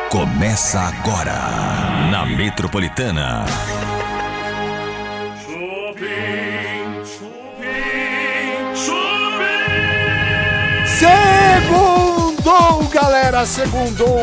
Começa agora na Metropolitana. Chupim, chupim, chupim. Segundou, galera, segundou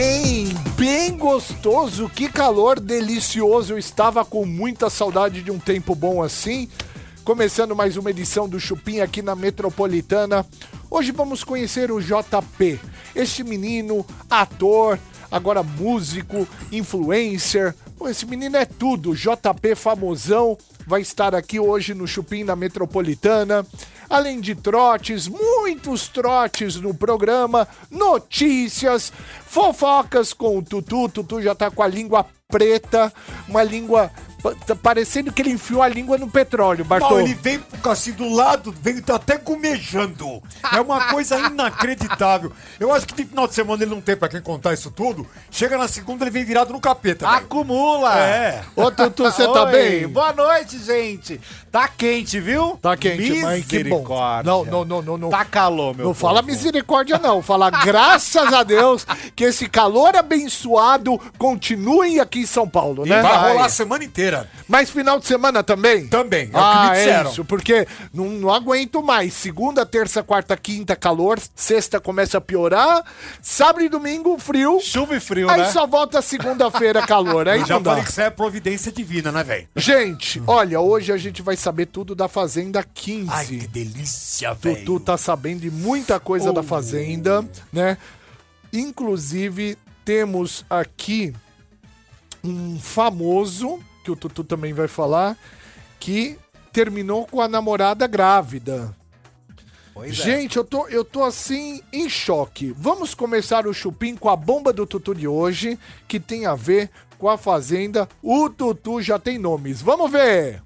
bem gostoso, que calor delicioso, eu estava com muita saudade de um tempo bom assim. Começando mais uma edição do Chupim aqui na Metropolitana. Hoje vamos conhecer o JP, este menino, ator, agora músico, influencer. Pô, esse menino é tudo, JP famosão, vai estar aqui hoje no Chupim na Metropolitana. Além de trotes, muitos trotes no programa, notícias, fofocas com o Tutu. Tutu já tá com a língua preta, uma língua... Tá parecendo que ele enfiou a língua no petróleo, Bartô. Não, ele vem assim do lado, vem tá até comejando. É uma coisa inacreditável. Eu acho que de final de semana ele não tem pra quem contar isso tudo. Chega na segunda, ele vem virado no capeta. Acumula! É. Ô, Tutu, você tá bem? Boa noite, gente! Tá quente, viu? Tá quente, mas que bom. Não. Tá calor, meu Não povo. fala misericórdia, não. Fala graças a Deus que esse calor abençoado continue aqui em São Paulo, né? Vai rolar a semana inteira. Mas final de semana também? Também, é o que me disseram. É isso, porque não aguento mais. Segunda, terça, quarta, quinta, calor. Sexta começa a piorar. Sábado e domingo, frio. Chuva e frio, Aí né? só volta segunda-feira, calor. Aí Eu já não dá. falei que isso é providência divina, né, velho? Gente, olha, hoje a gente vai saber tudo da Fazenda 15. Ai, que delícia, velho. Tutu tá sabendo de muita coisa da Fazenda, né? Inclusive, temos aqui um famoso, que o Tutu também vai falar, que terminou com a namorada grávida. Pois Gente, eu tô assim, em choque. Vamos começar o Chupim com a bomba do Tutu de hoje, que tem a ver com a Fazenda. O Tutu já tem nomes. Vamos ver!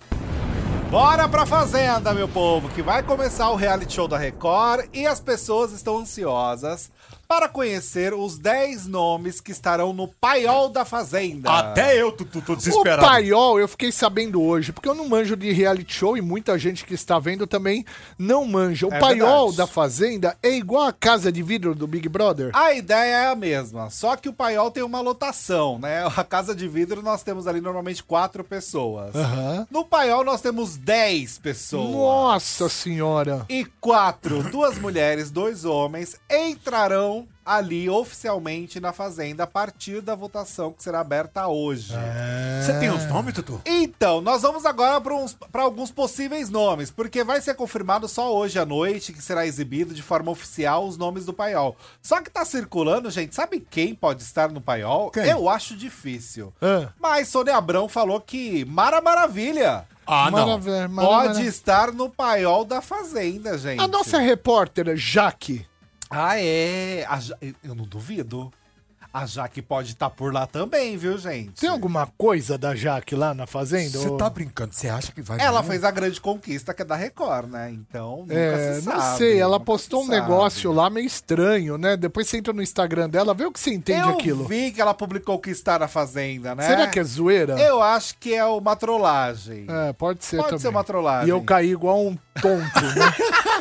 Bora pra Fazenda, meu povo, que vai começar o reality show da Record e as pessoas estão ansiosas para conhecer os 10 nomes que estarão no paiol da Fazenda. Até eu tô O desesperado. paiol eu fiquei sabendo hoje, porque eu não manjo de reality show e muita gente que está vendo também não manja. O É paiol verdade. da Fazenda é igual a casa de vidro do Big Brother? A ideia é a mesma, só que o paiol tem uma lotação, né? A casa de vidro nós temos ali normalmente 4 pessoas. Aham. No paiol nós temos 10 pessoas. Nossa senhora! E 4, 2 mulheres, 2 homens, entrarão ali oficialmente na Fazenda a partir da votação que será aberta hoje. Você tem os nomes, Tutu? Então, nós vamos agora para alguns possíveis nomes, porque vai ser confirmado só hoje à noite que será exibido de forma oficial os nomes do paiol. Só que tá circulando, gente, sabe quem pode estar no paiol? Quem? Eu acho difícil. Ah. Mas Sônia Abrão falou que Mara Maravilha Ah, não. pode estar no paiol da Fazenda, gente. A nossa repórter, Jaque. Ah, é. Eu não duvido. A Jaque pode estar por lá também, viu, gente? Tem alguma coisa da Jaque lá na Fazenda? Você Ou- tá brincando? Você acha que vai... Ela mesmo? fez a grande conquista, que é da Record, né? Então, nunca se sabe. Não sei, ela nunca postou um se sabe. negócio lá meio estranho, né? Depois você entra no Instagram dela, vê o que você entende Eu aquilo. vi que ela publicou que está na Fazenda, né? Será que é zoeira? Eu acho que é uma trollagem. É, pode ser Pode também. ser uma trollagem. E eu caí igual um tonto, né?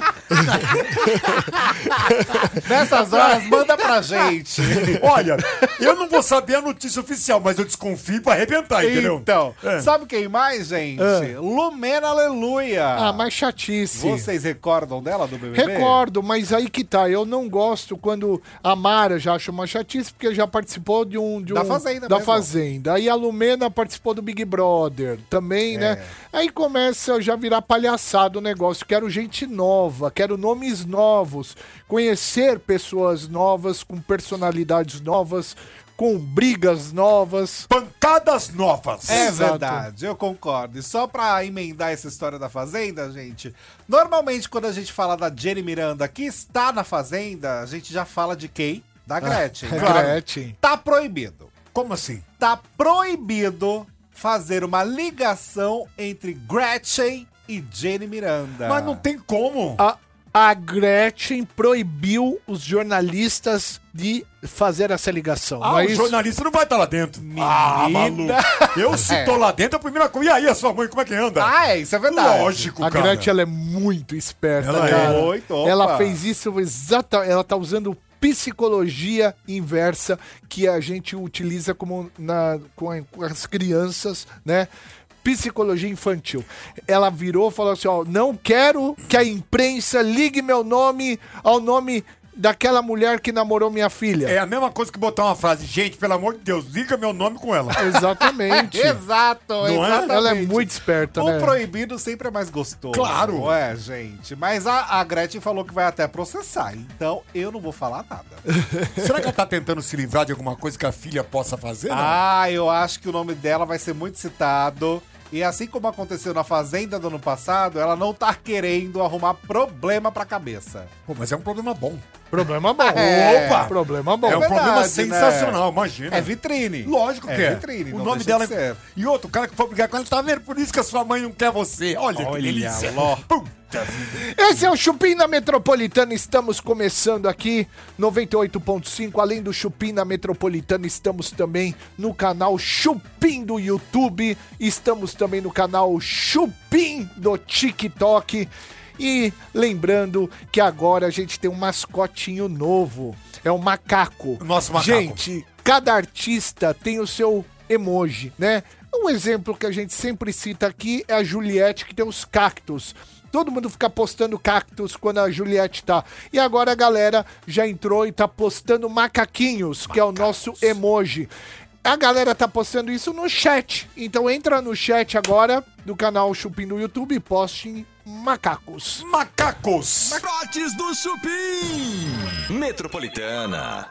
Nessas horas, manda pra gente. Olha, eu não vou saber a notícia oficial, mas eu desconfio pra arrebentar, entendeu? Então, É. sabe quem mais, gente? Lumena Aleluia. Ah, mas chatice. Vocês recordam dela do BBB? Recordo, mas aí que tá. Eu não gosto quando a Mara já acha uma chatice, porque já participou de um... Da Fazenda Da mesmo. Fazenda. Aí a Lumena participou do Big Brother também, É. né? Aí começa a já virar palhaçado o negócio. Quero gente nova, quero nomes novos, conhecer pessoas novas, com personalidades novas, com brigas novas. Pancadas novas. É Exato. verdade, eu concordo. E só pra emendar essa história da Fazenda, gente, normalmente quando a gente fala da Jenny Miranda que está na Fazenda, a gente já fala de quem? Da Gretchen. né? Gretchen. Tá proibido. Como assim? Tá proibido fazer uma ligação entre Gretchen e Jenny Miranda. Mas não tem como. A Gretchen proibiu os jornalistas de fazer essa ligação. Ah, não é o isso? jornalista não vai estar lá dentro. Ah, maluco. Eu se tô lá dentro, a primeira coisa... E aí, a sua mãe, como é que anda? Ah, isso é verdade. Lógico, A cara. Gretchen, ela é muito esperta, Ela é. cara. Muito, opa. Ela fez isso exatamente. Ela tá usando psicologia inversa que a gente utiliza com as crianças, né? Psicologia infantil. Ela virou e falou assim, ó, não quero que a imprensa ligue meu nome ao nome daquela mulher que namorou minha filha. É a mesma coisa que botar uma frase, gente, pelo amor de Deus, liga meu nome com ela. Exatamente. Exato, Não é? exatamente. Ela é muito esperta, O né? proibido sempre é mais gostoso. Claro. Não é, gente? Mas a Gretchen falou que vai até processar, então eu não vou falar nada. Será que ela tá tentando se livrar de alguma coisa que a filha possa fazer? Não? Ah, eu acho que o nome dela vai ser muito citado. E assim como aconteceu na Fazenda do ano passado, ela não tá querendo arrumar problema pra cabeça. Pô, mas é um problema bom. Problema bom. É. Opa! Problema bom. É um verdade, problema né? sensacional, imagina. É vitrine. Lógico que é. vitrine, O não nome deixa dela de é... ser. E outro, o cara que for brigar com ela, tá vendo? Por isso que a sua mãe não quer você. Olha que Olha, delícia. ló. Puta vida. Esse é o Chupim na Metropolitana, estamos começando aqui, 98.5, além do Chupim na Metropolitana, estamos também no canal Chupim do YouTube, estamos também no canal Chupim do TikTok, e lembrando que agora a gente tem um mascotinho novo, é o macaco. Nosso macaco. Gente, cada artista tem o seu emoji, né? Um exemplo que a gente sempre cita aqui é a Juliette, que tem os cactos. Todo mundo fica postando cactos quando a Juliette tá. E agora a galera já entrou e tá postando macaquinhos, que é o nosso emoji. A galera tá postando isso no chat. Então entra no chat agora do canal Chupim do YouTube e poste macacos. Macacos. Trotes do Chupim. Metropolitana.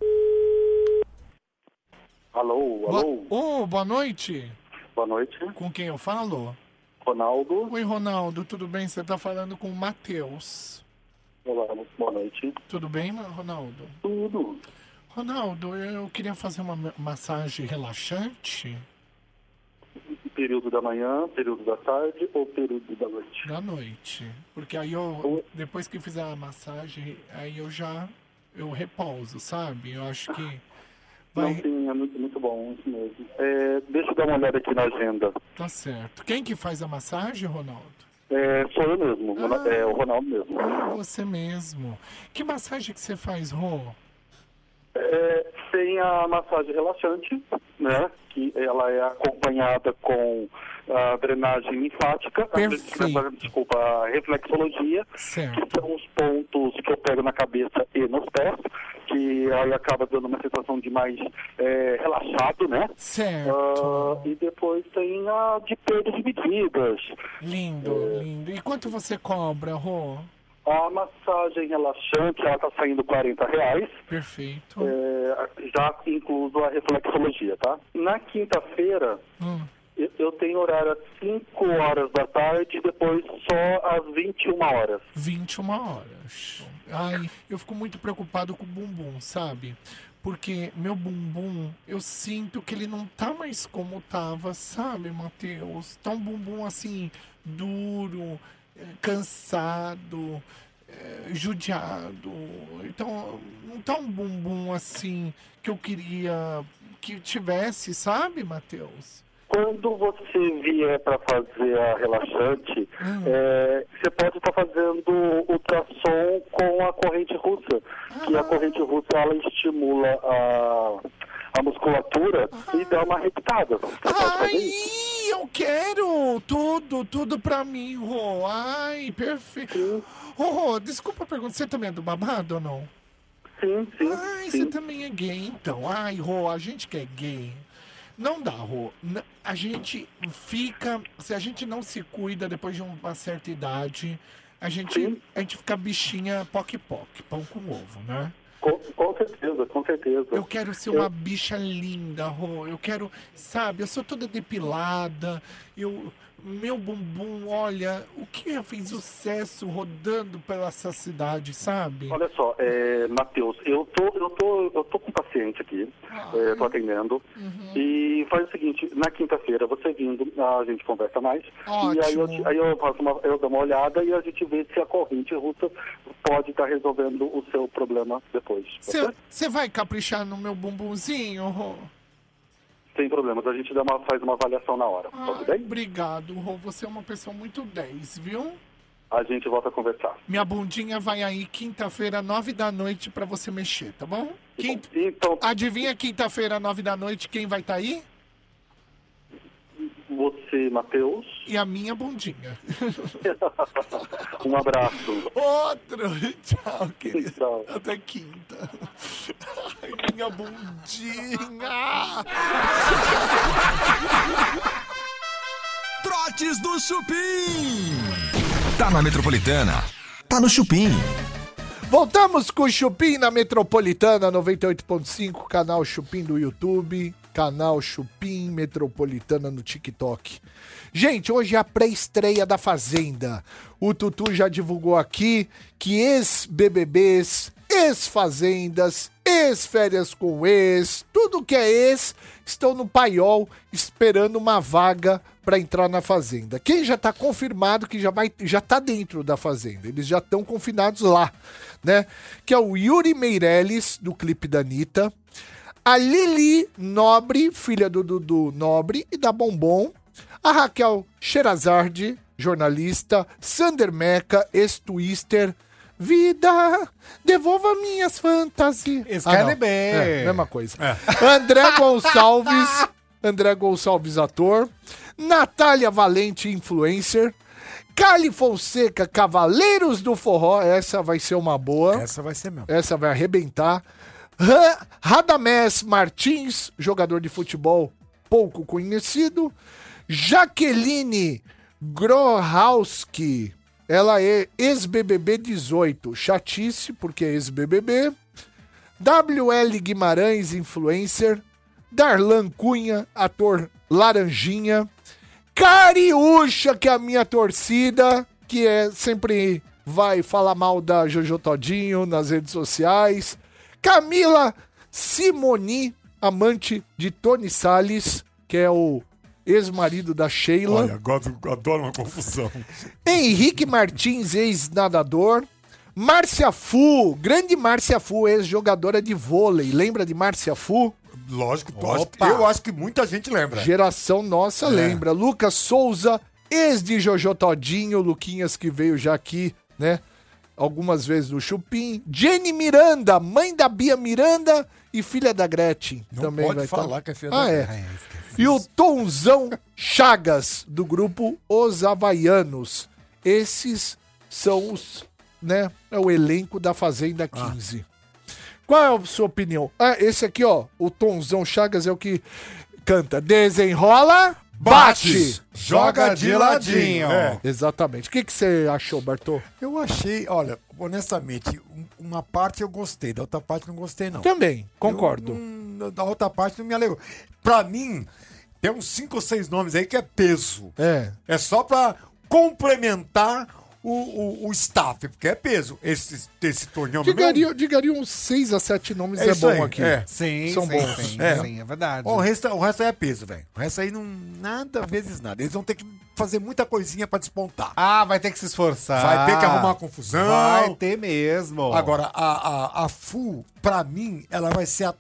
Alô? Boa noite. Boa noite. Com quem eu falo? Ronaldo. Oi, Ronaldo, tudo bem? Você tá falando com o Matheus. Olá, boa noite. Tudo bem, Ronaldo? Tudo. Ronaldo, eu queria fazer uma massagem relaxante Período da manhã, período da tarde ou período da noite? da noite. Porque aí depois que fizer a massagem, aí eu repouso, sabe? Eu acho que Não, vai... sim, é muito bom, isso mesmo. Deixa eu dar uma olhada aqui na agenda. Tá certo. Quem que faz a massagem, Ronaldo? Sou eu mesmo, é o Ronaldo mesmo. Ah, você mesmo. Que massagem que você faz, Rô? Tem a massagem relaxante, né? Que ela é acompanhada com a drenagem linfática, a reflexologia, Certo. que são os pontos que eu pego na cabeça e nos pés, que aí acaba dando uma sensação de mais relaxado, né? Certo. E depois tem a de perda de medidas. Lindo, lindo. E quanto você cobra, Rô? A massagem relaxante, ela tá saindo R$40. Perfeito. Já incluso a reflexologia, tá? Na quinta-feira, eu tenho horário às 5 horas da tarde e depois só às 21 horas. 21 horas. Ai, eu fico muito preocupado com o bumbum, sabe? Porque meu bumbum, eu sinto que ele não tá mais como tava, sabe, Matheus? Tá um bumbum assim, duro, cansado, judiado. Então, não tá um bumbum assim que eu queria que tivesse, sabe, Matheus? Quando você vier para fazer a relaxante, você pode estar fazendo ultrassom com a corrente russa, que a corrente russa ela estimula a musculatura e dá uma arrepitada. Você pode fazer isso? Eu quero tudo pra mim, Rô. Ai, perfeito. Rô, desculpa a pergunta, você também é do babado ou não? Sim. Ai, você também é gay, então. Ai, Rô, a gente que é gay. Não dá, Rô. A gente fica... Se a gente não se cuida depois de uma certa idade, a gente fica bichinha poc-poc, pão com ovo, né? Com certeza. Eu quero ser uma bicha linda, Rô. Eu quero, sabe, eu sou toda depilada. Meu bumbum, olha, o que fez sucesso rodando pela essa cidade, sabe? Olha só, Matheus, eu tô com um paciente aqui, tô atendendo, e faz o seguinte, na quinta-feira, você vindo, a gente conversa mais, Ótimo. e aí eu dou uma olhada e a gente vê se a corrente russa pode estar resolvendo o seu problema depois. Você vai caprichar no meu bumbumzinho, Rô? Sem problemas, a gente faz uma avaliação na hora. Tudo bem? Obrigado, Rô. Você é uma pessoa muito 10, viu? a gente volta a conversar. Minha bundinha vai aí quinta-feira, 9 da noite, pra você mexer, tá bom? Então, Adivinha quinta-feira, 9 da noite, quem vai estar aí? você, Matheus, E a minha bundinha. um abraço. Outro. Tchau, querido. Tchau. Até quinta. Ai, minha bundinha. Trotes do Chupim. Tá na Metropolitana. Tá no Chupim. Voltamos com o Chupim na Metropolitana 98.5, canal Chupim do YouTube, canal Chupim Metropolitana no TikTok. Gente, hoje é a pré-estreia da Fazenda. O Tutu já divulgou aqui que ex-BBBs, ex-fazendas, ex-férias com ex, tudo que é ex, estão no paiol esperando uma vaga para entrar na Fazenda. Quem já tá confirmado que já tá dentro da Fazenda, eles já estão confinados lá, né? Que é o Yuri Meirelles, do clipe da Anitta, a Lili Nobre, filha do Dudu Nobre e da Bombom, a Raquel Sherazade, jornalista, Sander Meca, ex-twister, vida, devolva minhas fantasias. Excalibur. Mesma coisa. André Gonçalves, ator, Natália Valente, influencer, Cali Fonseca, Cavaleiros do Forró, essa vai ser uma boa. Essa vai ser mesmo. Essa vai arrebentar. Radamés Martins, jogador de futebol pouco conhecido. Jaqueline Grohowski, ela é ex-BBB 18, chatice porque é ex-BBB. WL Guimarães, influencer. Darlan Cunha, ator Laranjinha. Cariúcha, que é a minha torcida, que sempre vai falar mal da Jojo Todinho nas redes sociais. Camila Simoni, amante de Tony Salles, que é o ex-marido da Sheila. Olha, adoro uma confusão. Henrique Martins, ex-nadador. Márcia Fu, grande Márcia Fu, ex-jogadora de vôlei. Lembra de Márcia Fu? Lógico, Opa. eu acho que muita gente lembra. Geração nossa lembra. Lucas Souza, ex de Jojo Todinho, Luquinhas que veio já aqui, né? Algumas vezes no Chupim. Jenny Miranda, mãe da Bia Miranda e filha da Gretchen. Não também pode vai falar tá... que é filha da Gretchen. E o Tonzão Chagas, do grupo Os Havaianos. Esses são os, né, é o elenco da Fazenda 15. Qual é a sua opinião? Esse aqui, ó, o Tonzão Chagas é o que canta Desenrola, bate, joga de ladinho. Exatamente. O que você achou, Bartô? Eu achei, olha, honestamente, uma parte eu gostei, da outra parte não gostei, não. Também, concordo. Da outra parte não me alegrou. Pra mim, tem uns 5 ou 6 nomes aí que é peso. É só pra complementar o staff, porque é peso. Esse torneio... Digaria uns 6 a 7 nomes, É é isso bom aí, aqui. Sim, São sim, bons. Sim, sim, é verdade. O resto aí é peso, velho. O resto aí não... Nada vezes nada. Eles vão ter que fazer muita coisinha pra despontar. Ah, vai ter que se esforçar. Vai ter que arrumar confusão. Vai ter mesmo. Agora, a Fu, pra mim, ela vai ser a...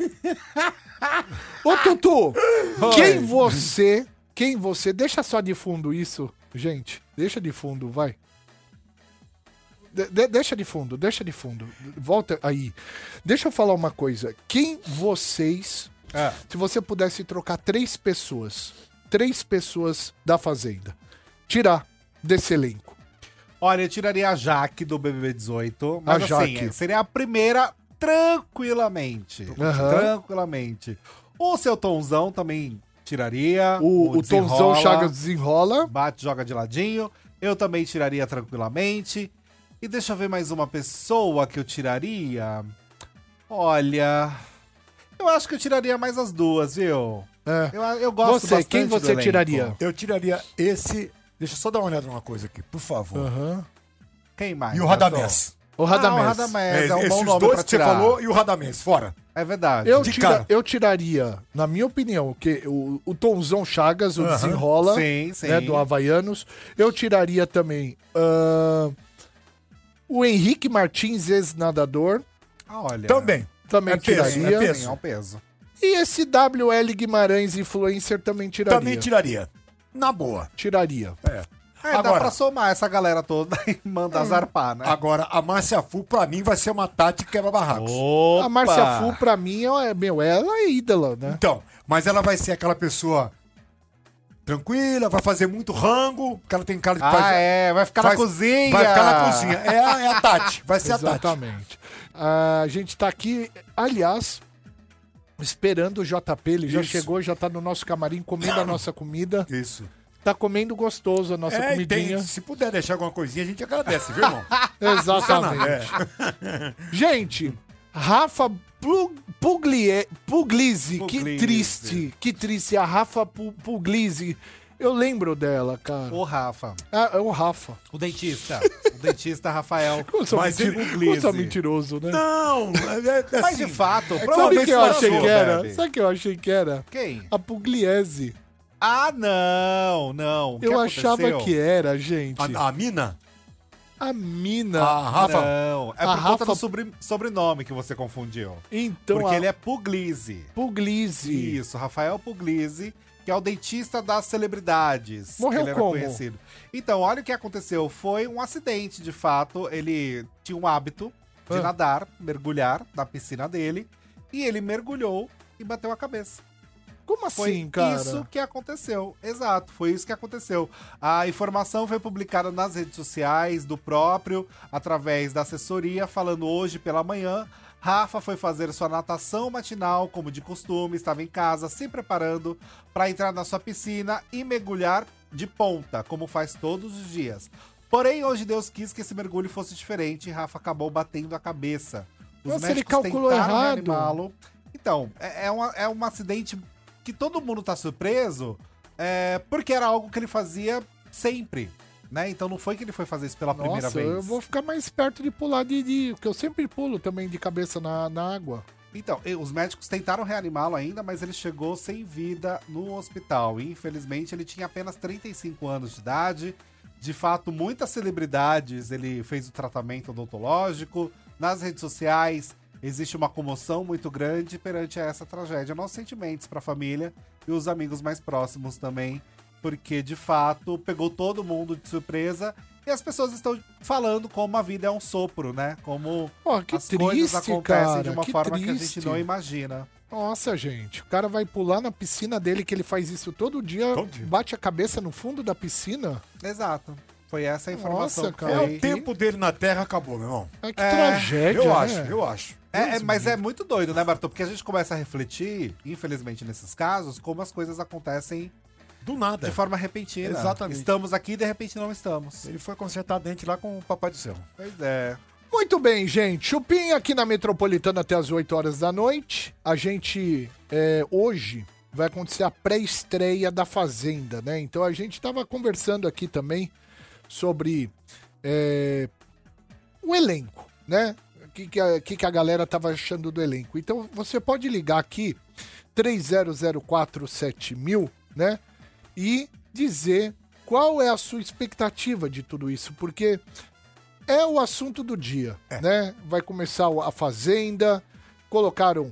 Ô, Tutu, quem você... Deixa só de fundo isso, gente. Deixa de fundo, vai. Deixa de fundo. Volta aí. Deixa eu falar uma coisa. Quem vocês... Se você pudesse trocar 3 pessoas da Fazenda, tirar desse elenco. Olha, eu tiraria a Jaque do BBB 18, mas A assim, Jaque. seria a primeira tranquilamente. Tranquilamente. O seu Tonzão também tiraria. O Tonzão Desenrola, Chagas desenrola. Bate, joga de ladinho. Eu também tiraria tranquilamente. E deixa eu ver mais uma pessoa que eu tiraria. Olha... Eu acho que eu tiraria mais as duas, viu? Eu gosto bastante quem do você elenco. tiraria? Eu tiraria esse... Deixa eu só dar uma olhada numa coisa aqui, por favor. Quem mais? E o Radamés. O Radamés. O Radamés é um bom Esses nome dois pra que você tirar. falou e o Radamés, fora. É verdade. Eu tiraria, na minha opinião, que o Tonzão Chagas, o desenrola, Sim, sim. né, do Havaianos. Eu tiraria também o Henrique Martins, ex-nadador. Olha. Também. Também É peso, tiraria. é peso. Sim, é um peso. E esse WL Guimarães, influencer, também tiraria. Também tiraria. Na boa. Tiraria. Dá pra somar essa galera toda e mandar zarpar, né? Agora, a Márcia Fu, pra mim, vai ser uma tática quebra-barracos. A Márcia Fu, pra mim, ela é ídola, né? Então, mas ela vai ser aquela pessoa tranquila, vai fazer muito rango, porque ela tem cara de vai ficar na cozinha. Vai ficar na cozinha. É a Tati, vai ser Exatamente. a Tati. A gente tá aqui, aliás, esperando o JP, ele já Isso. chegou, já tá no nosso camarim comendo a nossa comida. Isso. Tá comendo gostoso a nossa comidinha. Se puder deixar alguma coisinha, a gente agradece, viu, irmão? Exatamente. Gente, Rafa Puglisi, que triste, a Rafa Puglisi. Eu lembro dela, cara. O Rafa. É o Rafa. O dentista. O dentista Rafael. Mas ele é mentiroso, né? Não, Mas de fato, Sabe o que eu achei que era? Bebe. Sabe o que eu achei que era? Quem? A Pugliese. Ah, não. O que Eu aconteceu? achava que era, gente. A mina? A mina. A Rafa? Não, é A por Rafa- conta do sobrenome que você confundiu. Então, Porque ele é Puglisi. Puglisi. Isso, Rafael Puglisi, que é o dentista das celebridades. Morreu que ele como? era conhecido. Então, olha o que aconteceu. Foi um acidente, de fato. Ele tinha um hábito de nadar, mergulhar na piscina dele. E ele mergulhou e bateu a cabeça. Como Foi assim, cara? isso que aconteceu. Exato, foi isso que aconteceu. A informação foi publicada nas redes sociais do próprio, através da assessoria, falando hoje pela manhã. Rafa foi fazer sua natação matinal, como de costume, estava em casa, se preparando para entrar na sua piscina e mergulhar de ponta, como faz todos os dias. Porém, hoje Deus quis que esse mergulho fosse diferente e Rafa acabou batendo a cabeça. Os Nossa, ele médicos calculou tentaram errado. reanimá-lo. Então, é um acidente que todo mundo tá surpreso, porque era algo que ele fazia sempre, né? Então não foi que ele foi fazer isso pela primeira vez. Eu vou ficar mais perto de pular porque eu sempre pulo também de cabeça na água. Então, os médicos tentaram reanimá-lo ainda, mas ele chegou sem vida no hospital. E, infelizmente, ele tinha apenas 35 anos de idade. De fato, muitas celebridades, ele fez o tratamento odontológico. Nas redes sociais, existe uma comoção muito grande perante essa tragédia. Nossos sentimentos para a família e os amigos mais próximos também, porque de fato pegou todo mundo de surpresa e as pessoas estão falando como a vida é um sopro, né? Como Que as coisas triste, acontecem cara, de uma que forma que a triste. gente não imagina. Nossa, gente, o cara vai pular na piscina dele, que ele faz isso todo dia, bate a cabeça no fundo da piscina. Exato. Foi essa a informação. Nossa, que cara. foi. O tempo dele na Terra acabou, meu irmão. Que tragédia, Eu acho. Mas é muito doido, né, Bartô? Porque a gente começa a refletir, infelizmente nesses casos, como as coisas acontecem Do nada. de forma repentina. Exatamente. Estamos aqui e de repente não estamos. Ele foi consertar dente lá com o Papai do Céu. Pois é. Muito bem, gente. Chupim aqui na Metropolitana até as 8 horas da noite. A gente, hoje, vai acontecer a pré-estreia da Fazenda, né? Então a gente tava conversando aqui também sobre o elenco, né? O que a galera tava achando do elenco. Então você pode ligar aqui, 30047000, né? E dizer qual é a sua expectativa de tudo isso, porque é o assunto do dia, né? Vai começar a Fazenda, colocaram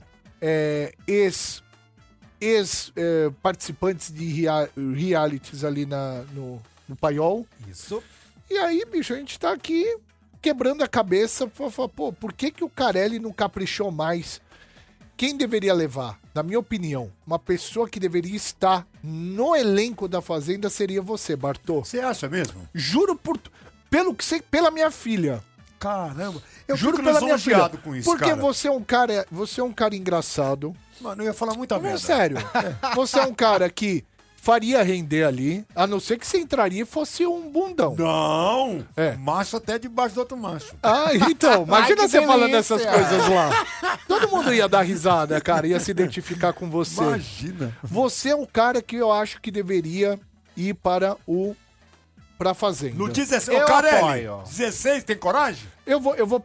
participantes de realities ali no paiol. Isso. E aí, bicho, a gente tá aqui quebrando a cabeça, pô, por que o Carelli não caprichou mais? Quem deveria levar? Na minha opinião, uma pessoa que deveria estar no elenco da Fazenda seria você, Bartô. Você acha mesmo? Juro pela minha filha. Caramba. Eu Juro fico pela minha filha. lisonjeado com isso, Porque cara. você é um cara engraçado. Mano, eu ia falar muita merda. Não, sério. Você é um cara que faria render ali, a não ser que você entraria e fosse um bundão. Não! É. Macho até debaixo do outro macho. Ah, então, imagina que você falando delícia. essas coisas lá. Todo mundo ia dar risada, cara, ia se identificar com você. Imagina. Você é um cara que eu acho que deveria ir pra Fazenda. No 16, Eu ô Carelli, apoio. 16, tem coragem? Eu vou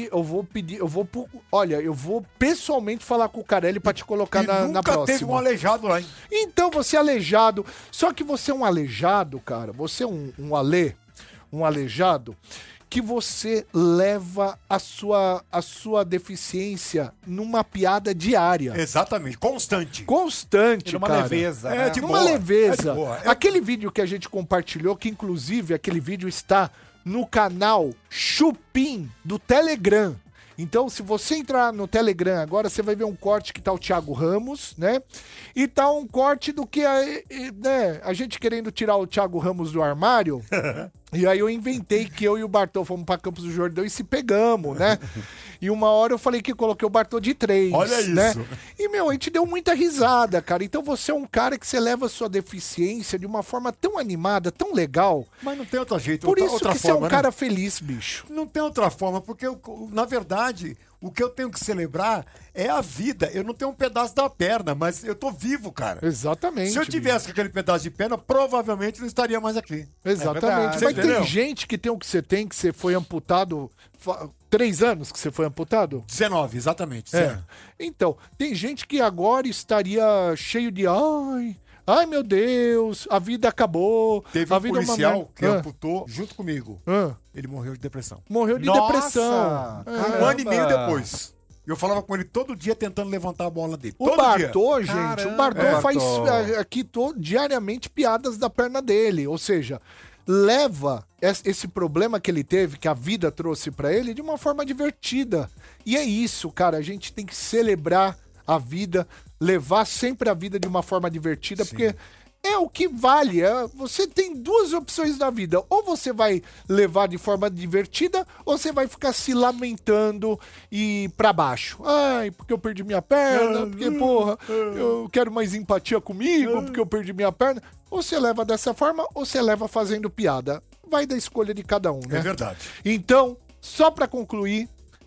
pessoalmente falar com o Carelli pra te colocar E na nunca próxima. teve um aleijado lá, hein? Então, você é aleijado. Só que você é um aleijado, cara. Você é um aleijado que você leva a sua deficiência numa piada diária. Exatamente, constante. Constante, Numa cara. leveza. É, né? de Numa boa, leveza. é de boa. Aquele vídeo que a gente compartilhou, que inclusive aquele vídeo está no canal Chupim do Telegram. Então, se você entrar no Telegram agora, você vai ver um corte que tá o Thiago Ramos, né? E tá um corte do que a gente querendo tirar o Thiago Ramos do armário. E aí eu inventei que eu e o Bartô fomos pra Campos do Jordão e se pegamos, né? E uma hora eu falei que coloquei o Bartô de 3. Olha isso. Né? E, a gente deu muita risada, cara. Então você é um cara que você leva a sua deficiência de uma forma tão animada, tão legal. Mas não tem outro jeito, Por isso outra que forma, você é um cara feliz, bicho. Não tem outra forma, porque, na verdade, o que eu tenho que celebrar é a vida. Eu não tenho um pedaço da perna, mas eu tô vivo, cara. Exatamente. Se eu tivesse aquele pedaço de perna, provavelmente não estaria mais aqui. Exatamente. verdade. Mas Entendeu? tem gente que tem o que você foi amputado. 3 anos que você foi amputado? 19, exatamente. É. Certo. Então, tem gente que agora estaria cheio de ai meu Deus, a vida acabou. Teve a um vida é uma policial merda. que amputou junto comigo. Ele morreu de depressão. Morreu de Nossa! depressão. Um ano e meio depois. Eu falava com ele todo dia tentando levantar a bola dele. O todo Bartô, dia. gente, o Caramba, Bartô faz Bartô. aqui diariamente piadas da perna dele. Ou seja, leva esse problema que ele teve, que a vida trouxe pra ele, de uma forma divertida. E é isso, cara. A gente tem que celebrar a vida, levar sempre a vida de uma forma divertida, porque é o que vale. Você tem 2 opções na vida. Ou você vai levar de forma divertida, ou você vai ficar se lamentando e pra baixo. Ai, porque eu perdi minha perna, porque, porra, eu quero mais empatia comigo, porque eu perdi minha perna. Ou você leva dessa forma, ou você leva fazendo piada. Vai da escolha de cada um, né? É verdade. Então, só pra concluir,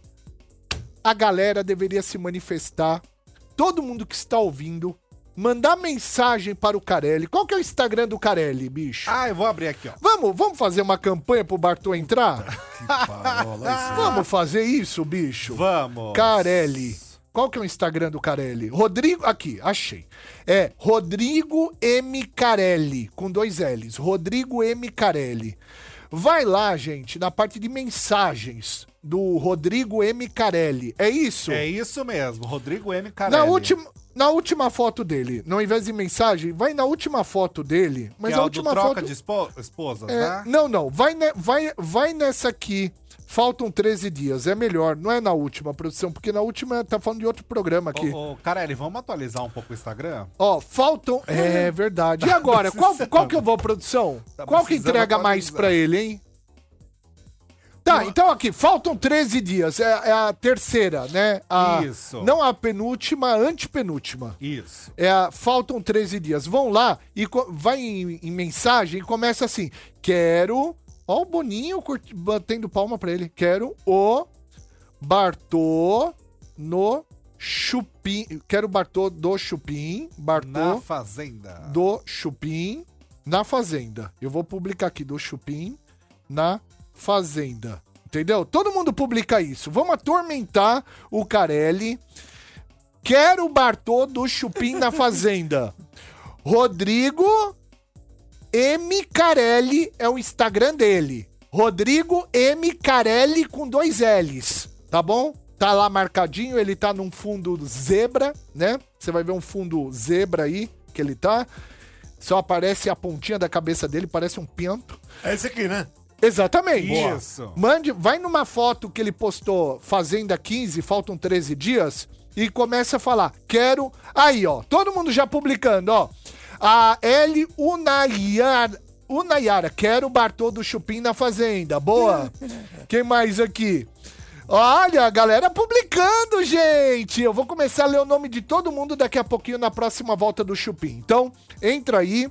a galera deveria se manifestar. Todo mundo que está ouvindo, mandar mensagem para o Carelli. Qual que é o Instagram do Carelli, bicho? Eu vou abrir aqui, ó. Vamos fazer uma campanha pro Bartô entrar? Parola, isso. Vamos fazer isso, bicho? Vamos. Carelli. Qual que é o Instagram do Carelli? Rodrigo, aqui, achei. É Rodrigo M. Carelli, com 2 L's. Rodrigo M. Carelli. Vai lá, gente, na parte de mensagens do Rodrigo M. Carelli. É isso? É isso mesmo, Rodrigo M. Carelli. Na última foto dele, não, ao invés de mensagem, vai na última foto dele. Mas Que é a o do última troca foto. de esposas, É, né? não. Vai nessa aqui. Faltam 13 dias. É melhor. Não é na última produção, porque na última tá falando de outro programa aqui. Ô, Carelli, vamos atualizar um pouco o Instagram? Ó, faltam. É verdade. E agora? Qual que eu vou, produção? Tá Qual que precisando entrega mais atualizar. pra ele, hein? Tá, então aqui, faltam 13 dias. É a terceira, né? Isso. Não a penúltima, a antepenúltima. Isso. Faltam 13 dias. Vão lá e vai em mensagem e começa assim. Quero. Ó, o Boninho batendo palma pra ele. Quero o Bartô no Chupim. Quero o Bartô do Chupim. Bartô Na Fazenda. do Chupim na Fazenda. Eu vou publicar aqui do Chupim na Fazenda. Entendeu? Todo mundo publica isso. Vamos atormentar o Carelli. Quero o Bartô do Chupim na Fazenda. Rodrigo M. Carelli é o Instagram dele. Rodrigo M. Carelli com 2 L's. Tá bom? Tá lá marcadinho, ele tá num fundo zebra, né? Você vai ver um fundo zebra aí, que ele tá. Só aparece a pontinha da cabeça dele, parece um pinto. É esse aqui, né? Exatamente. Isso. Vai numa foto que ele postou Fazenda 15, faltam 13 dias, e começa a falar, quero... Aí, ó, todo mundo já publicando, ó. A L. Unayara, quero o Bartô do Chupim na Fazenda. Boa. Quem mais aqui? Olha, a galera publicando, gente. Eu vou começar a ler o nome de todo mundo daqui a pouquinho na próxima volta do Chupim. Então, entra aí.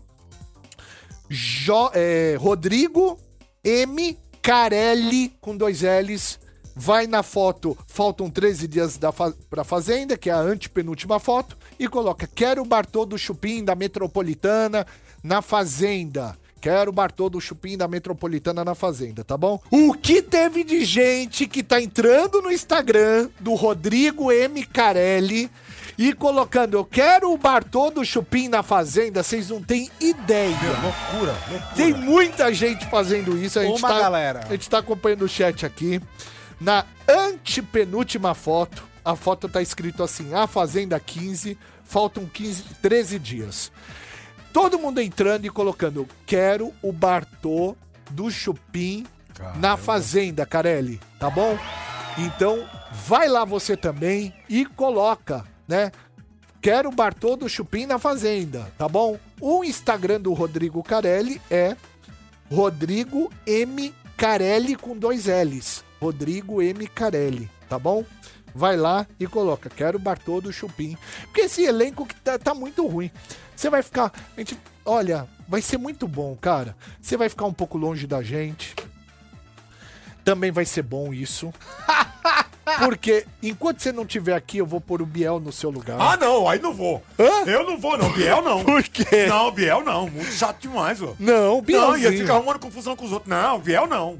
Rodrigo M. Carelli, com 2 L's. Vai na foto, faltam 13 dias pra Fazenda, que é a antepenúltima foto, e coloca, quero o Bartô do Chupim, da Metropolitana, na Fazenda. Quero o Bartô do Chupim da Metropolitana na Fazenda, tá bom? O que teve de gente que tá entrando no Instagram do Rodrigo M. Carelli e colocando, eu quero o Bartô do Chupim na Fazenda, vocês não têm ideia. Loucura. Tem muita gente fazendo isso. A gente tá acompanhando o chat aqui. Na antepenúltima foto, a foto tá escrito assim, a Fazenda 15, faltam 13 dias. Todo mundo entrando e colocando, quero o Bartô do Chupim na Fazenda, Carelli, tá bom? Então, vai lá você também e coloca, né? Quero o Bartô do Chupim na Fazenda, tá bom? O Instagram do Rodrigo Carelli é Rodrigo M. Carelli com 2 L's. Rodrigo M. Carelli, tá bom? Vai lá e coloca, quero o Bartô do Chupim. Porque esse elenco que tá muito ruim. Você vai ficar... olha, vai ser muito bom, cara. Você vai ficar um pouco longe da gente. Também vai ser bom isso. Porque enquanto você não estiver aqui, eu vou pôr o Biel no seu lugar. Ah, não, aí não vou. Hã? Eu não vou, não. Biel não. Por quê? Não, Biel não. Muito chato demais, ó. Não, Bielzinho. Não, ia ficar arrumando confusão com os outros. Não, Biel não.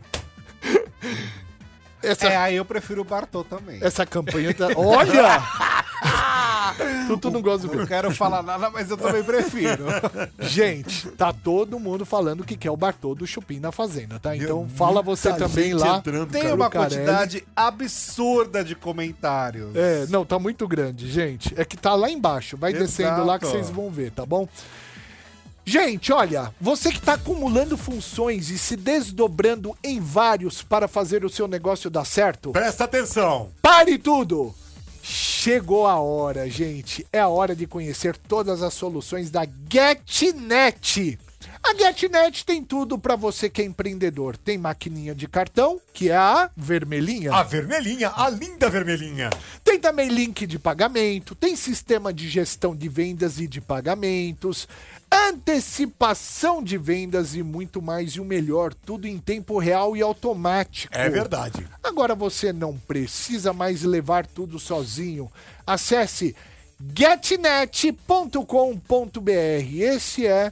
Aí eu prefiro o Bartô também. Essa campanha tá... Olha! Tu não gosta do Não quero falar nada, mas eu também prefiro. Gente, tá todo mundo falando que quer o Bartô do Chupim na Fazenda, tá? Então fala você também lá. Tem uma quantidade absurda de comentários. Não, tá muito grande, gente. É que tá lá embaixo. Vai descendo lá que vocês vão ver, tá bom? Gente, olha, você que tá acumulando funções e se desdobrando em vários para fazer o seu negócio dar certo, presta atenção. Pare tudo! Chegou a hora, gente. É a hora de conhecer todas as soluções da GetNet. A GetNet tem tudo para você que é empreendedor. Tem maquininha de cartão, que é a vermelhinha. A vermelhinha, a linda vermelhinha. Tem também link de pagamento, tem sistema de gestão de vendas e de pagamentos, antecipação de vendas e muito mais. E o melhor, tudo em tempo real e automático. É verdade. Agora você não precisa mais levar tudo sozinho. Acesse getnet.com.br. Esse é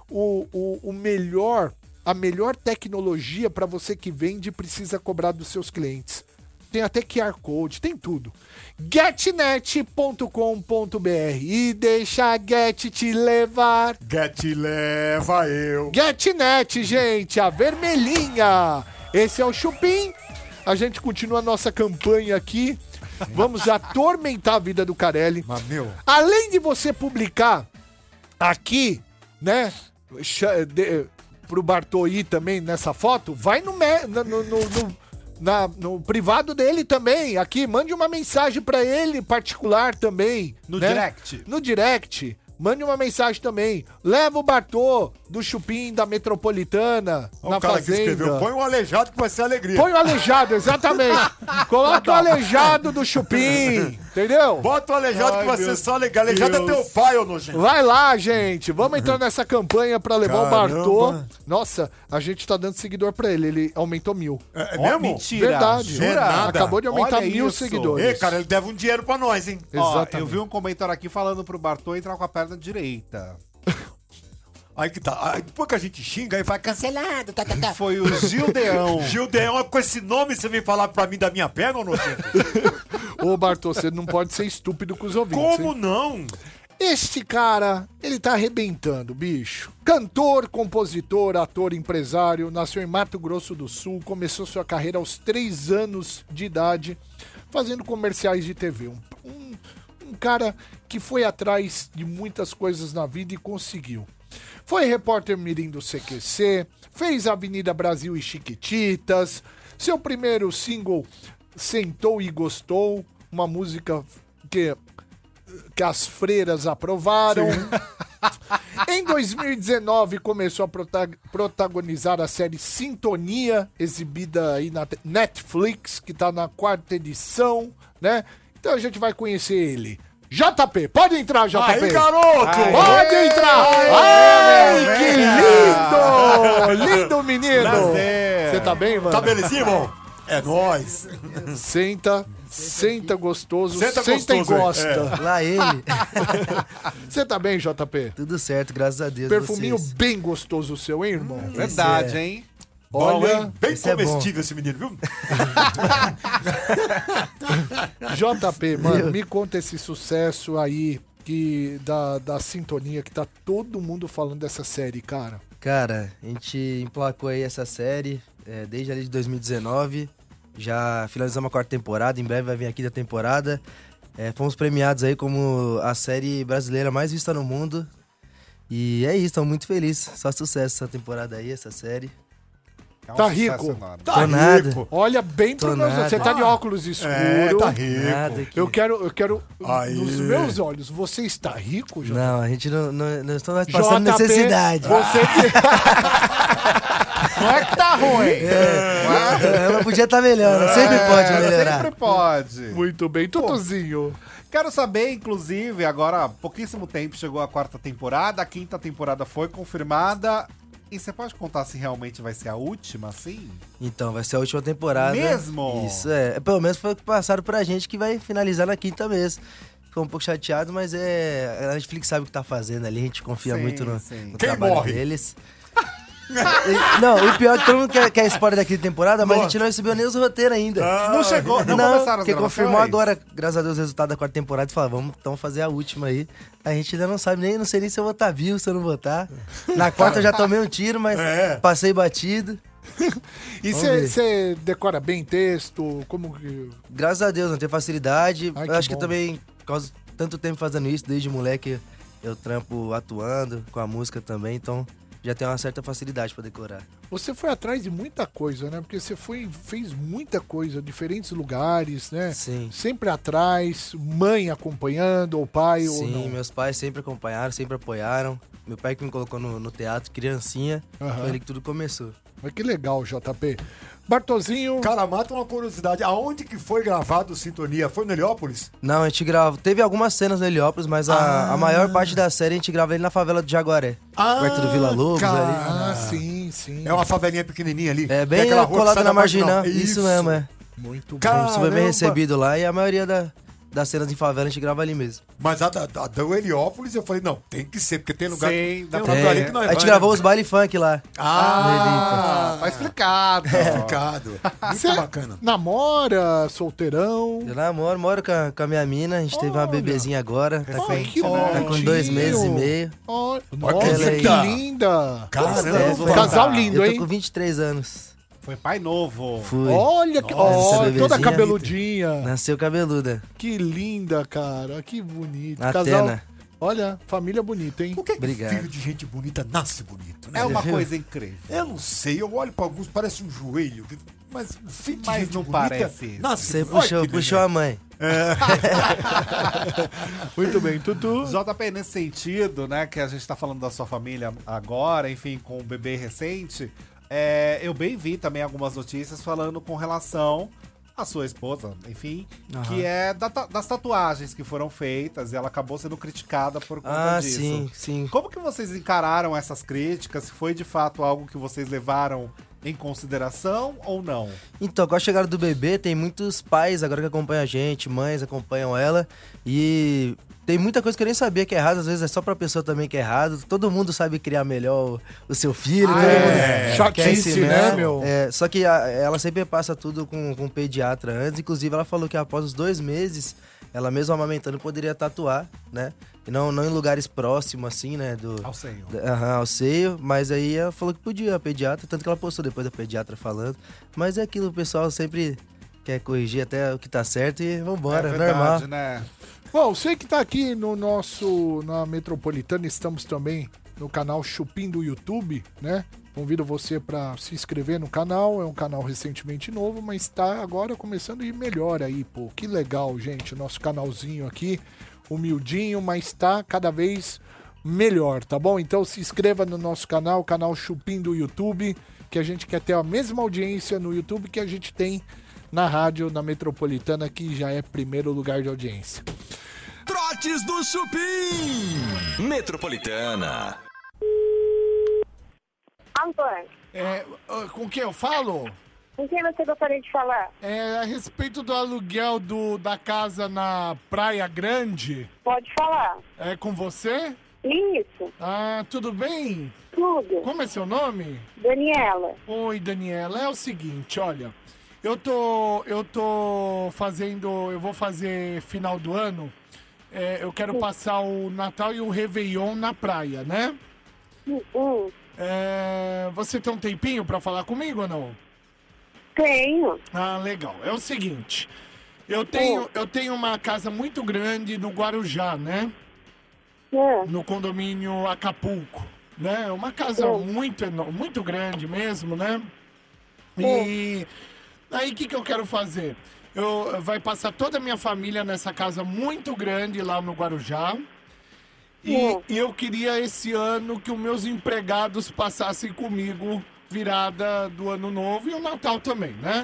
a melhor tecnologia para você que vende e precisa cobrar dos seus clientes. Tem até QR Code, tem tudo. getnet.com.br e deixa a Get te levar. Get leva eu. GetNet, gente, a vermelhinha. Esse é o Chupim. A gente continua a nossa campanha aqui. Vamos atormentar a vida do Carelli. Mas, meu... Além de você publicar aqui, né, pro Bartô ir também nessa foto, vai no privado dele também. Aqui, mande uma mensagem pra ele particular também. No direct. No direct. Mande uma mensagem também. Leva o Bartô do Chupim da Metropolitana na cara Fazenda. Que escreveu, põe o aleijado que vai ser alegria. Põe o aleijado, exatamente. Coloca o aleijado do Chupim, entendeu? Bota o aleijado que vai ser só alegria. Aleijado é teu pai, ô nojento. Vai lá, gente. Vamos entrar nessa campanha pra levar o Bartô. Nossa, a gente tá dando seguidor pra ele. Ele aumentou 1000. É mesmo? Mentira. Verdade. É nada. Acabou de aumentar Olha 1000 isso. seguidores. Ei, cara, ele deve um dinheiro pra nós, hein? Exatamente. Eu vi um comentário aqui falando pro Bartô entrar com a perna direita. Aí que tá. Aí depois que a gente xinga, aí vai cancelado. Tá. Foi o Gildeão. Gildeão, com esse nome você vem falar pra mim da minha perna, ô nojento? Ô, Bartô, você não pode ser estúpido com os ouvintes. Como hein? não? Este cara, ele tá arrebentando, bicho. Cantor, compositor, ator, empresário, nasceu em Mato Grosso do Sul, começou sua carreira aos 3 anos de idade, fazendo comerciais de TV. Um cara que foi atrás de muitas coisas na vida e conseguiu. Foi repórter mirim do CQC, fez Avenida Brasil e Chiquititas, seu primeiro single, Sentou e Gostou, uma música que as freiras aprovaram. Em 2019 começou a protagonizar a série Sintonia, exibida aí na Netflix, que tá na 4ª edição, né? Então a gente vai conhecer ele. JP, pode entrar, JP. Aí, garoto! Pode entrar! Ai, que lindo! Lindo menino! Prazer. Você tá bem, mano? Tá belezinha, irmão? É nóis. Senta gostoso, Senta senta e gostoso, gosta. Lá ele. Você tá bem, JP? Tudo certo, graças a Deus. Perfuminho vocês. bem gostoso o seu, hein, irmão? Verdade, é. hein? Bom, Olha, hein? Bem esse é comestível esse menino, viu? JP, mano, me conta esse sucesso aí da sintonia que tá todo mundo falando dessa série, cara. Cara, a gente emplacou aí essa série desde ali de 2019. Já finalizamos a 4ª temporada, em breve vai vir a 5ª temporada. Fomos premiados aí como a série brasileira mais vista no mundo. E é isso, estamos muito felizes. Só sucesso essa temporada aí, essa série. É um Tá sucesso rico? enorme. Tô nada. Olha bem pro Tô meu... nada. Você tá de óculos escuros. Tá rico. Nada aqui. Eu quero Aí. nos meus olhos, você está rico, JP? Não, a gente não estamos passando JP, necessidade. Você Não é que tá ruim. Ela podia estar melhor, né? Sempre pode melhorar. Sempre pode. Muito bem, Tutuzinho. Quero saber, inclusive, agora há pouquíssimo tempo chegou a 4ª temporada, a 5ª temporada foi confirmada. E você pode contar se realmente vai ser a última, assim? Então, vai ser a última temporada. Mesmo? Isso, pelo menos foi o que passaram pra gente, que vai finalizar na 5ª mesmo. Ficou um pouco chateado, mas a Netflix sabe o que tá fazendo ali, a gente confia Sim, muito no sim. Quem trabalho morre? deles. Não, o pior é que todo mundo quer spoiler da 5ª temporada, mas a gente não recebeu nem os roteiros ainda. Não chegou, não começaram as porque gravações? confirmou agora, graças a Deus, o resultado da 4ª temporada e falou, vamos então fazer a última aí. A gente ainda não sabe não sei nem se eu vou estar vivo, se eu não vou estar. Na 4ª eu já tomei um tiro, mas passei batido. E Vamos ver. você decora bem texto? Como que... Graças a Deus, não tem facilidade. Ai, Eu que acho que bom. também, por causa de tanto tempo fazendo isso, desde moleque eu trampo atuando, com a música também, então já tem uma certa facilidade pra decorar. Você foi atrás de muita coisa, né? Porque você fez muita coisa, diferentes lugares, né? Sim. Sempre atrás, mãe acompanhando, ou pai, ou Sim, não. meus pais sempre acompanharam, sempre apoiaram. Meu pai que me colocou no teatro, criancinha, Aham. foi ele que tudo começou. Mas que legal, JP. Bartozinho, Cara, mata uma curiosidade. Aonde que foi gravado Sintonia? Foi no Heliópolis? Não, a gente grava. Teve algumas cenas no Heliópolis, mas a maior parte da série a gente grava ele na favela do Jaguaré. Perto do Vila Lobos cara. ali. ah, sim, sim. É uma favelinha pequenininha ali. É Tem bem aquela rua que colado sai na da marginal. Isso mesmo, é. Muito bom. Cara, A gente foi bem Caramba. recebido lá e a maioria das cenas em favela a gente grava ali mesmo. Mas a do Heliópolis, eu falei, não, tem que ser, porque tem lugar, Sim, dá tem pra lugar ver. ali que nós A gente vai, gravou né? os baile funk lá. Tá explicado. Explicado. Muito Você bacana. namora, solteirão? Eu namoro, moro com a minha mina, a gente teve uma bebezinha agora. Tá Ai, que tá com 2 bonitinho. meses e meio. Olha, que nossa, que linda. linda. Caramba. Casal lindo, Eu tô hein? com 23 anos. Foi pai novo. Fui. Olha, que, Nossa, essa toda bebezinha. cabeludinha. Nasceu cabeluda. Que linda, cara. Que bonito. Atena. Olha, família bonita, hein? Por que Obrigado. filho de gente bonita nasce bonito, né? É uma coisa incrível. Eu não sei, eu olho pra alguns, parece um joelho, mas filho de Mas gente não bonita parece isso. nasce Você Olha que puxou a mãe. Muito bem, Tutu. JP, nesse sentido, né, que a gente tá falando da sua família agora, enfim, com o bebê recente, eu bem vi também algumas notícias falando com relação à sua esposa, enfim, que é das tatuagens que foram feitas e ela acabou sendo criticada por conta Ah, disso. sim, sim. Como que vocês encararam essas críticas? Se foi de fato algo que vocês levaram em consideração ou não? Então, com a chegada do bebê, tem muitos pais agora que acompanham a gente, mães acompanham ela. E tem muita coisa que eu nem sabia que é errado, às vezes é só pra pessoa também que é errado. Todo mundo sabe criar melhor o seu filho. todo mundo quer Chatice, ensinar. né, meu? Só que ela sempre passa tudo com um pediatra antes. Inclusive, ela falou que após os 2 meses, ela mesmo amamentando poderia tatuar, né? E não em lugares próximos, assim, né? Ao seio. Ao seio, mas aí ela falou que podia, a pediatra, tanto que ela postou depois da pediatra falando. Mas é aquilo, o pessoal sempre quer corrigir até o que tá certo e vambora, É verdade, normal. né? Bom, você que tá aqui na Metropolitana, estamos também no canal Chupim do YouTube, né? Convido você para se inscrever no canal, é um canal recentemente novo, mas tá agora começando a ir melhor aí, pô. Que legal, gente, o nosso canalzinho aqui, humildinho, mas tá cada vez melhor, tá bom? Então se inscreva no nosso canal, canal Chupim do YouTube, que a gente quer ter a mesma audiência no YouTube que a gente tem na rádio, na Metropolitana, que já é primeiro lugar de audiência. Trotes do Chupim. Metropolitana. Antônio, Com quem eu falo? Com quem você gostaria de falar? A respeito do aluguel da casa na Praia Grande. Pode falar. É com você? Isso. Ah, tudo bem? Tudo. Como é seu nome? Daniela. Oi, Daniela. É o seguinte, olha. Eu vou fazer final do ano. Eu quero passar o Natal e o Réveillon na praia, né? Você tem um tempinho pra falar comigo ou não? Tenho. Ah, legal. É o seguinte, eu tenho uma casa muito grande no Guarujá, né? No condomínio Acapulco, né? Uma casa muito grande mesmo, né? E aí o que eu quero fazer? Vai passar toda a minha família nessa casa muito grande lá no Guarujá. E eu queria esse ano que os meus empregados passassem comigo virada do ano novo e o Natal também, né?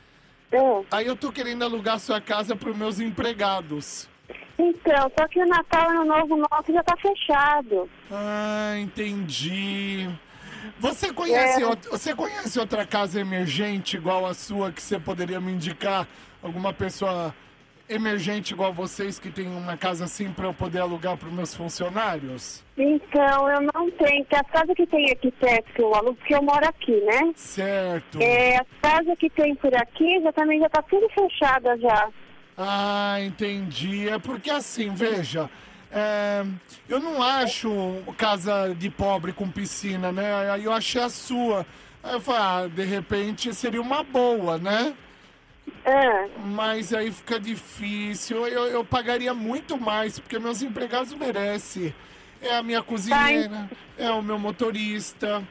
Aí eu tô querendo alugar sua casa para os meus empregados. Então, só que o Natal e o Ano Novo nosso já tá fechado. Ah, entendi. Você conhece outra casa emergente igual a sua que você poderia me indicar? Alguma pessoa emergente igual vocês que tem uma casa assim para eu poder alugar para os meus funcionários? Então, eu não tenho. Porque as casas que tem aqui perto que eu alugo, porque eu moro aqui, né? Certo. As casas que tem por aqui também já tá tudo fechada já. Ah, entendi. É porque assim, veja, eu não acho casa de pobre com piscina, né? Aí eu achei a sua. Aí eu falei, de repente seria uma boa, né? Mas aí fica difícil. Eu pagaria muito mais, porque meus empregados merecem. É a minha cozinheira, é o meu motorista,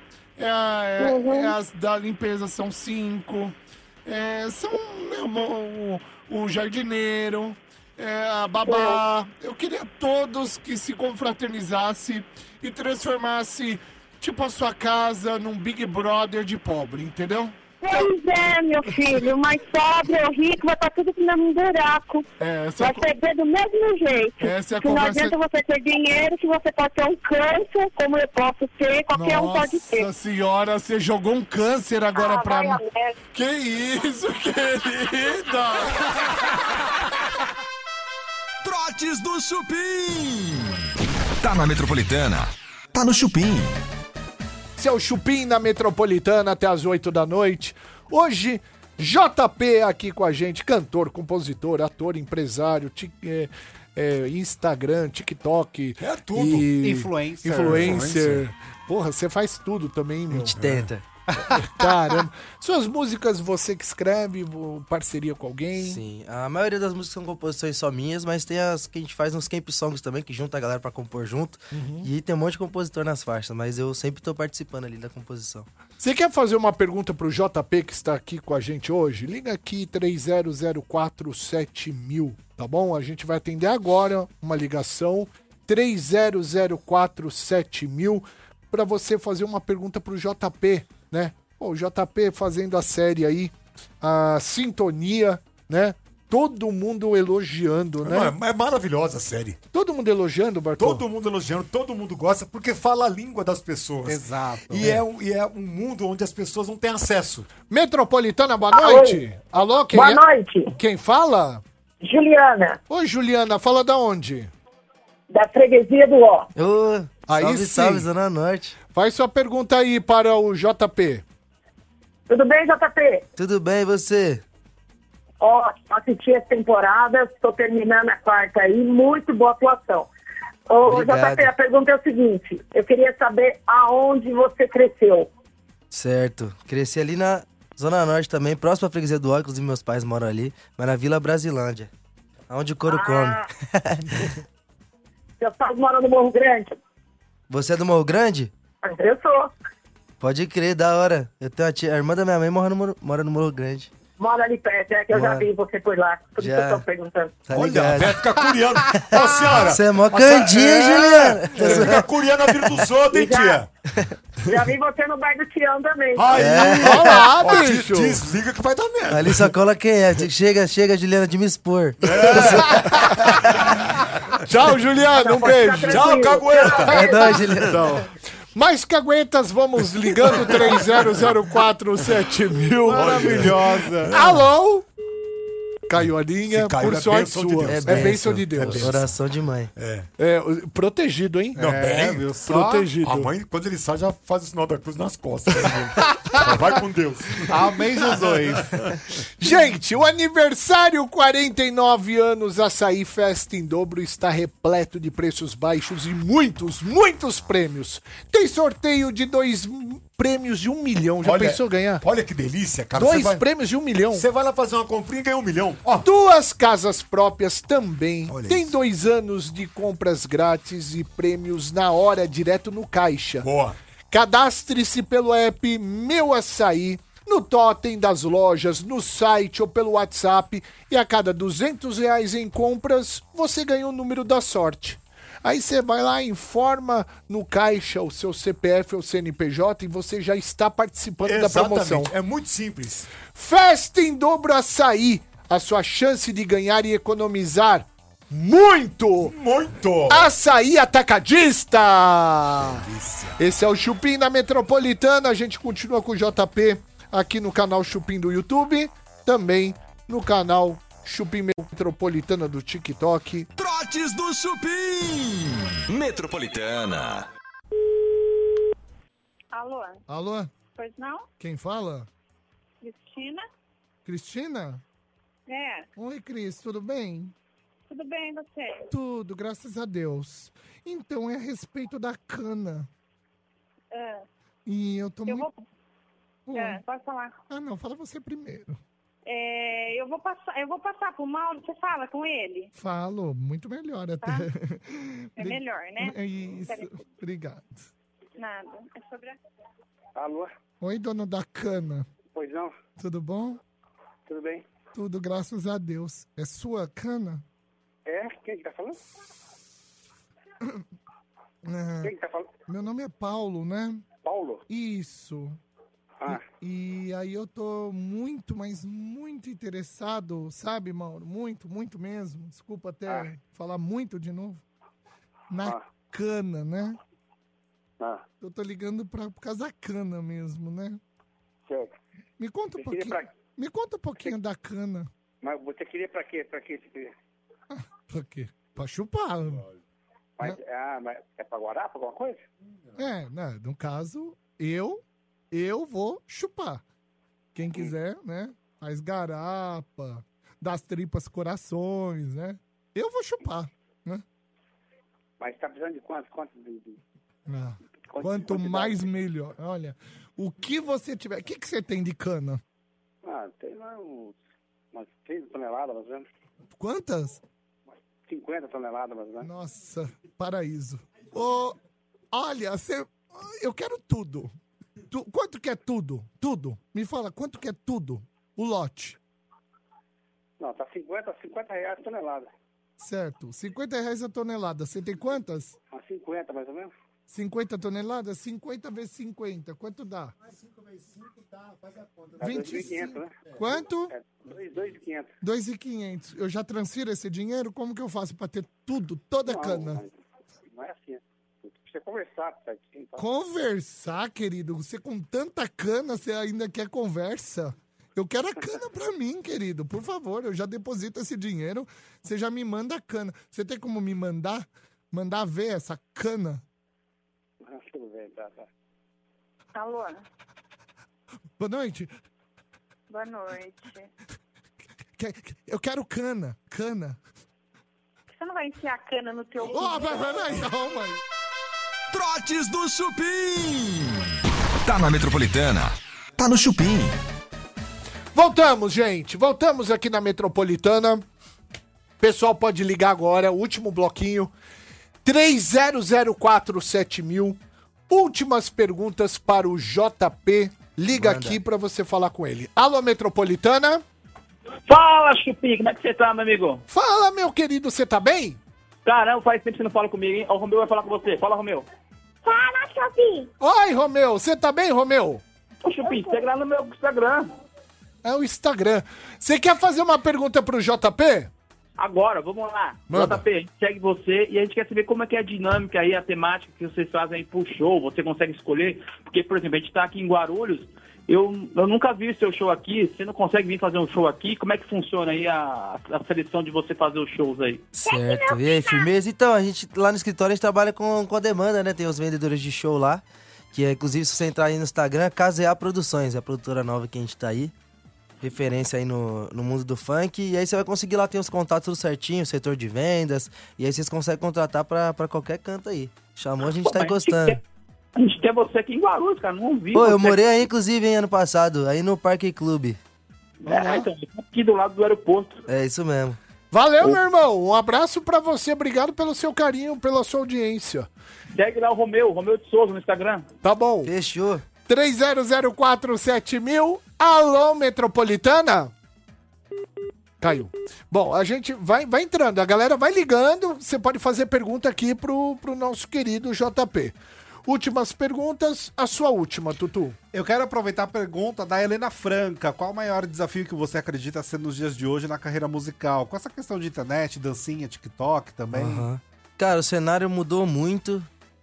as da limpeza são 5, são o jardineiro, a babá. Eu queria todos que se confraternizassem e transformasse, tipo, a sua casa num Big Brother de pobre, entendeu? Pois é, meu filho, mas pobre ou rico vai estar tudo no mesmo buraco. Vai perder do mesmo jeito. Não adianta você ter dinheiro, que você pode ter um câncer, como eu posso ter, qualquer um pode ter. Nossa senhora, você jogou um câncer agora pra mim. Que isso, querida! Trotes do Chupim. Tá na Metropolitana. Tá no Chupim. Esse é o Chupim na Metropolitana até as 8 da noite. Hoje, JP aqui com a gente, cantor, compositor, ator, empresário, Instagram, TikTok. É tudo. Influencer. Porra, você faz tudo também, meu. A gente tenta. Caramba. Suas músicas você que escreve, parceria com alguém? Sim, a maioria das músicas são composições só minhas, mas tem as que a gente faz nos camp songs também, que junta a galera pra compor junto. E tem um monte de compositor nas faixas, mas eu sempre tô participando ali da composição. Você quer fazer uma pergunta pro JP que está aqui com a gente hoje? Liga aqui 30047000, tá bom? A gente vai atender agora uma ligação 30047000 para você fazer uma pergunta pro JP, né? O JP fazendo a série aí, a Sintonia, né? Todo mundo elogiando, né? É maravilhosa a série. Todo mundo elogiando, Bartô? Todo mundo elogiando, todo mundo gosta, porque fala a língua das pessoas. Exato. E é um mundo onde as pessoas não têm acesso. Metropolitana, boa noite. Alô, quem Boa noite. Quem fala? Juliana, Oi, Juliana, fala da onde? da freguesia do Ó. Aí Salve, sim. salve, Zona Norte. Faz sua pergunta aí para o JP. Tudo bem, JP? Tudo bem, e você? Ótimo, assisti as temporadas, estou terminando a quarta aí, muito boa atuação. Ô, Obrigado. JP, a pergunta é o seguinte, eu queria saber aonde você cresceu. Certo. Cresci ali na Zona Norte também, próximo à freguesia do Ó, inclusive meus pais moram ali, mas na Vila Brasilândia, onde o couro come. Seus pais moram no Morro Grande? Você é do Morro Grande? Eu sou. Pode crer, da hora. Eu tenho a irmã da minha mãe mora no Morro Grande. Mora ali perto, é que eu já Mora. vi você por lá. Por isso Já. que eu tô perguntando. Tá Olha, ligado? vai ficar curiando. Ô, senhora. Você é mó candinha, Juliana. Você fica curiando a vida dos outros, hein, tia? Já vi você no bar do Tião também. Aí, Olha lá, ó, bicho. desliga que vai dar merda. Ali só cola quem é. Chega, Juliana, de me expor. Tchau, Juliana. Um beijo. Tchau, cagueta. É nóis, Juliana. Então, Mais caguetas, vamos ligando 30047000. Maravilhosa. Alô? Caiu a linha, caiu, por é sorte bênção de sua. Deus. É bênção de Deus. Oração de mãe. Protegido, hein? Não, bem, viu só? Protegido. A mãe, quando ele sai, já faz o sinal da cruz nas costas. Né, só vai com Deus. Amém, Jesus. Gente, o aniversário 49 anos Açaí Festa em Dobro está repleto de preços baixos e muitos prêmios. Tem sorteio de 2 prêmios de 1 milhão. Já pensou ganhar? Olha que delícia, cara. 2 prêmios de 1 milhão. Você vai lá fazer uma comprinha e ganha 1 milhão. Ó. 2 casas próprias também. Olha Tem isso. 2 anos de compras grátis e prêmios na hora, direto no caixa. Boa. Cadastre-se pelo app Meu Açaí, no totem das lojas, no site ou pelo WhatsApp, e a cada R$200 em compras, você ganha o número da sorte. Aí você vai lá, informa no caixa o seu CPF ou CNPJ e você já está participando da promoção. É muito simples. Festa em Dobro Açaí, a sua chance de ganhar e economizar muito! Muito! Açaí Atacadista! Esse é o Chupim na Metropolitana. A gente continua com o JP aqui no canal Chupim do YouTube, também no canal Chupim Metropolitana do TikTok. Trotes do Chupim. Metropolitana. Alô? Alô? Pois não? Quem fala? Cristina? Cristina? É, Oi, Cris, tudo bem? tudo bem, você? Tudo, graças a Deus. Então, é a respeito da cana. Ah, E eu tô eu muito... vou... pode falar. Ah, não, fala você primeiro. Eu vou passar pro Mauro, você fala com ele? Falo, muito melhor até. É melhor, né? É isso, Peraí. obrigado. Nada, é sobre a... Alô? Oi, dono da cana, Pois não? tudo bom? Tudo bem? Tudo, graças a Deus. É sua cana? É? Quem que tá falando? Ah, Quem que tá falando? meu nome é Paulo, né? Paulo? Isso. Ah, E aí eu tô muito, mas muito interessado, sabe, Mauro? Muito mesmo. Desculpa até falar muito de novo. Na cana, né? Eu tô ligando por causa da cana mesmo, né? certo. Me conta um Você queria pouquinho. Me conta um pouquinho da cana. Mas você queria pra quê? Pra quê? Você queria? Pra quê? Pra chupar. Mas é pra guardar, pra alguma coisa? É, né? No caso, eu vou chupar. Quem quiser, né? Faz garapa, das tripas corações, né? Eu vou chupar, né? Mas tá precisando de quanto? Quanto mais melhor. Olha, o que você tiver... O que você tem de cana? Tem lá umas 30 toneladas, mais ou menos. Quantas? 50 toneladas, mais ou menos. Nossa, paraíso. Olha, eu quero tudo. Quanto que é tudo? Tudo. Me fala, quanto que é tudo? O lote. Não, tá 50 reais a tonelada. Certo. 50 reais a tonelada. Você tem quantas? 50, mais ou menos. 50 toneladas? 50 vezes 50. Quanto dá? 5 vezes 5 dá, faz a conta. 25. 2.500, né? Quanto? 2.500. 2.500. Eu já transfiro esse dinheiro? Como que eu faço pra ter tudo, toda a cana? Não é assim. Precisa conversar, certinho. Tá? Conversar, querido? Você com tanta cana, você ainda quer conversa? Eu quero a cana pra mim, querido. Por favor, eu já deposito esse dinheiro. Você já me manda a cana. Você tem como me mandar ver essa cana? Tudo bem, tá. Alô? Boa noite. Boa noite. Eu quero cana. Você não vai enfiar a cana no teu... Peraí, calma aí. Trotes do Chupim. Tá na Metropolitana. Tá no Chupim. Voltamos, gente. Voltamos aqui na Metropolitana. Pessoal, pode ligar agora. Último bloquinho. 30047000. Últimas perguntas para o JP. Liga aqui para você falar com ele. Alô, Metropolitana? Fala, Chupim, como é que você tá, meu amigo? Fala, meu querido, você tá bem? Caramba, faz tempo que você não fala comigo, hein? O Romeu vai falar com você. Fala, Romeu. Fala, Chupim. Oi, Romeu. Você tá bem, Romeu? Ô, Chupim, segue lá no meu Instagram. É o Instagram. Você quer fazer uma pergunta pro JP? Agora, vamos lá. Manda. JP, a gente segue você e a gente quer saber como é que é a dinâmica aí, a temática que vocês fazem aí pro show. Você consegue escolher? Porque, por exemplo, a gente tá aqui em Guarulhos, eu nunca vi o seu show aqui. Você não consegue vir fazer um show aqui? Como é que funciona aí a seleção de você fazer os shows aí? Certo. E aí, firmeza? Então, a gente lá no escritório a gente trabalha com a demanda, né? Tem os vendedores de show lá, que é, inclusive, se você entrar aí no Instagram, KZA Produções, é a produtora nova que a gente tá aí. Referência aí no mundo do funk. E aí você vai conseguir lá, ter os contatos tudo certinho, setor de vendas. E aí vocês conseguem contratar pra qualquer canto aí. Chamou, a gente tá encostando. A gente quer você aqui em Guarulhos, cara. Não ouvi. Pô, eu morei aí, inclusive, ano passado, aí no Parque Clube. Então, aqui do lado do aeroporto. É isso mesmo. Valeu, meu irmão. Um abraço pra você. Obrigado pelo seu carinho, pela sua audiência. Segue lá o Romeu de Souza no Instagram. Tá bom. Fechou. 30047000. Alô, Metropolitana? Caiu. Bom, a gente vai entrando, a galera vai ligando, você pode fazer pergunta aqui pro nosso querido JP. Últimas perguntas, a sua última, Tutu. Eu quero aproveitar a pergunta da Helena Franca. Qual o maior desafio que você acredita ser nos dias de hoje na carreira musical? Com essa questão de internet, dancinha, TikTok também? Cara, o cenário mudou muito.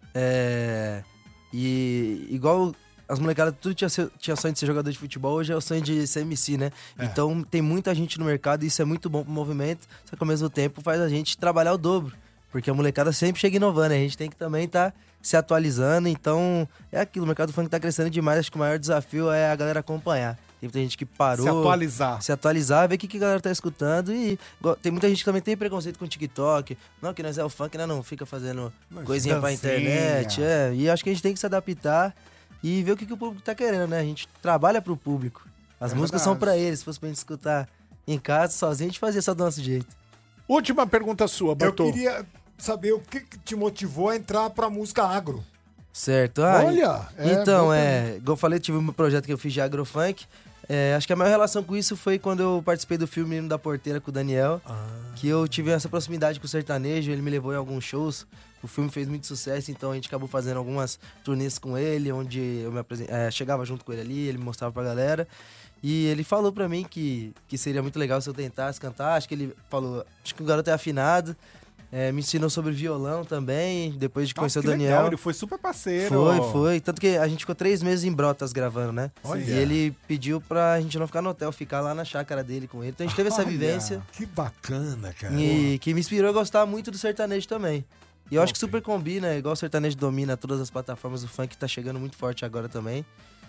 E igual as molecadas, tudo tinha sonho de ser jogador de futebol, hoje é o sonho de ser MC, né? Então tem muita gente no mercado e isso é muito bom pro movimento, só que ao mesmo tempo faz a gente trabalhar o dobro, porque a molecada sempre chega inovando, a gente tem que também estar se atualizando, então é aquilo, o mercado do funk tá crescendo demais, acho que o maior desafio é a galera acompanhar. Tem muita gente que parou. Se atualizar, ver o que a galera tá escutando. E tem muita gente que também tem preconceito com o TikTok. Não, que nós é o funk, né? Não fica fazendo coisinha pra internet. E acho que a gente tem que se adaptar e ver o que o público tá querendo, né? A gente trabalha pro público. As músicas são pra eles. Se fosse pra gente escutar em casa, sozinho, a gente fazia só do nosso jeito. Última pergunta sua, Bartô. Eu queria saber o que te motivou a entrar pra música agro. Certo. Olha! Então, igual eu falei, tive um projeto que eu fiz de agrofunk. Acho que a maior relação com isso foi quando eu participei do filme Menino da Porteira com o Daniel, que eu tive essa proximidade com o sertanejo, ele me levou em alguns shows, o filme fez muito sucesso, então a gente acabou fazendo algumas turnês com ele, onde eu chegava junto com ele ali, ele me mostrava pra galera, e ele falou pra mim que seria muito legal se eu tentasse cantar, acho que ele falou, acho que o garoto é afinado, me ensinou sobre violão também, depois de conhecer o Daniel. Legal, ele foi super parceiro. Foi. Tanto que a gente ficou 3 meses em Brotas gravando, né? Olha. E ele pediu pra gente não ficar no hotel, ficar lá na chácara dele com ele. Então a gente teve essa vivência. Que bacana, cara. E que me inspirou a gostar muito do sertanejo também. E eu acho que super combina, igual o sertanejo domina todas as plataformas, o funk tá chegando muito forte agora também.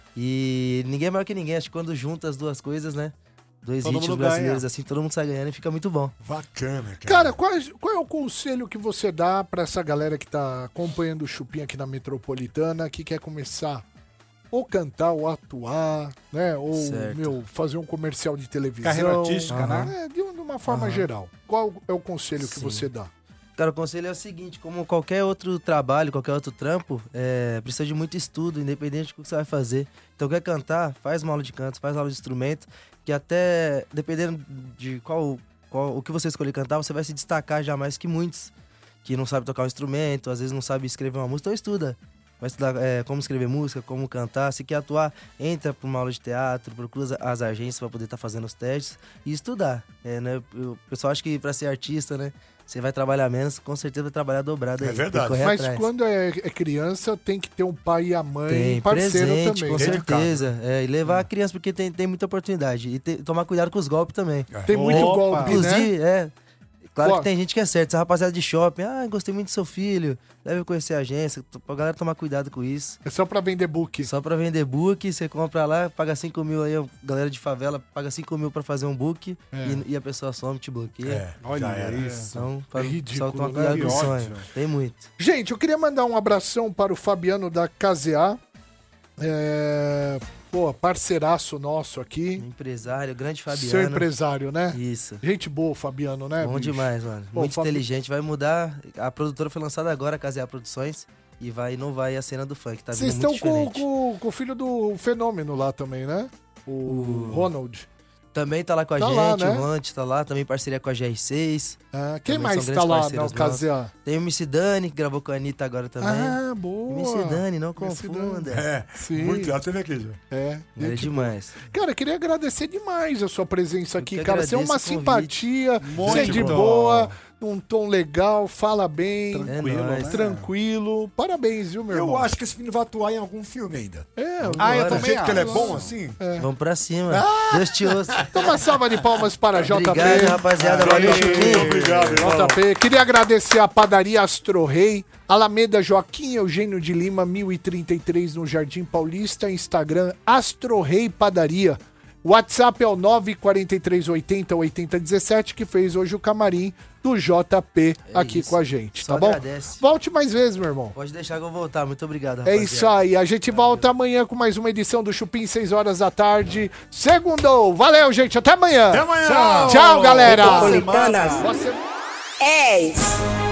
E ninguém é maior que ninguém, acho que quando junta as duas coisas, né? Dois hits brasileiros assim, todo mundo sai ganhando e fica muito bom. Bacana, Cara, cara. qual é o conselho que você dá pra essa galera que tá acompanhando o Chupim aqui na Metropolitana, que quer começar ou cantar ou atuar, né? Ou, fazer um comercial de televisão. Carreira artística, né? De uma forma geral. Qual é o conselho que você dá? Cara, o conselho é o seguinte, como qualquer outro trabalho, qualquer outro trampo, precisa de muito estudo, independente do que você vai fazer. Então, quer cantar? Faz uma aula de canto, faz uma aula de instrumento, que até, dependendo de o que você escolher cantar, você vai se destacar já mais que muitos que não sabem tocar um instrumento, às vezes não sabem escrever uma música, então estuda. Vai estudar como escrever música, como cantar. Se quer atuar, entra para uma aula de teatro, procura as agências para poder estar fazendo os testes e estudar. Né? O pessoal acha que para ser artista, né, você vai trabalhar menos, com certeza vai trabalhar dobrado. É verdade. Mas quando é criança, tem que ter um pai e a mãe parceiro presente, também. Com certeza. E levar a criança, porque tem muita oportunidade. E tomar cuidado com os golpes também. Tem muito golpe, inclusive, né? Claro que tem gente que é certa. Essa rapaziada de shopping, gostei muito do seu filho, deve conhecer a agência, pra galera tomar cuidado com isso. É só pra vender book. Só pra vender book, você compra lá, paga 5 mil aí, a galera de favela paga 5 mil pra fazer um book e a pessoa some, te bloqueia. Olha isso. Então, é ridículo, só tomar cuidado com o sonho. Tem muito. Gente, eu queria mandar um abração para o Fabiano da KZA. Parceiraço nosso aqui. Empresário, grande Fabiano. Seu empresário, né? Isso. Gente boa, Fabiano, né? Bom demais, mano. Muito inteligente. Vai mudar. A produtora foi lançada agora, a KZA Produções, e vai inovar aí a cena do funk. Tá vindo muito diferente. Vocês estão com o filho do Fenômeno lá também, né? O Ronald. Também tá lá com a Tá gente, lá, né? o Hunt tá lá, também parceria com a GR6. Quem Também mais são tá grandes lá na parceiros ocasião? nossos. Tem o MC Dani, que gravou com a Anitta agora também. Boa. MC Dani, não MC confunda. Sim. Muito, ela teve aqui já. É demais. Cara, queria agradecer demais a sua presença aqui, que cara. Você é uma agradeço o simpatia, Muito você é de bom. boa, um tom legal, fala bem. Tranquilo, né? Tranquilo. Parabéns, viu, meu irmão? Eu acho que esse filme vai atuar em algum filme ainda. Eu Do também jeito que ele é acho. bom assim. Vamos pra cima. Deus te ouça. Então, uma salva de palmas para JP. Obrigado, rapaziada. Valeu, Chupim. Obrigado, irmão. JP. Queria agradecer a padaria Astro Rei, Alameda Joaquim Eugênio de Lima, 1033 no Jardim Paulista, Instagram Astro Rei Padaria. WhatsApp é o 943808017, que fez hoje o camarim do JP aqui isso. com a gente, Só tá bom? agradece. Volte mais vezes, meu irmão. Pode deixar que eu vou voltar. Muito obrigado, É rapaziada. isso aí, a gente volta amanhã com mais uma edição do Chupim, 6 horas da tarde. Segundou, valeu, gente, até amanhã. Até amanhã. Tchau, galera. Metropolitanas Você... 10.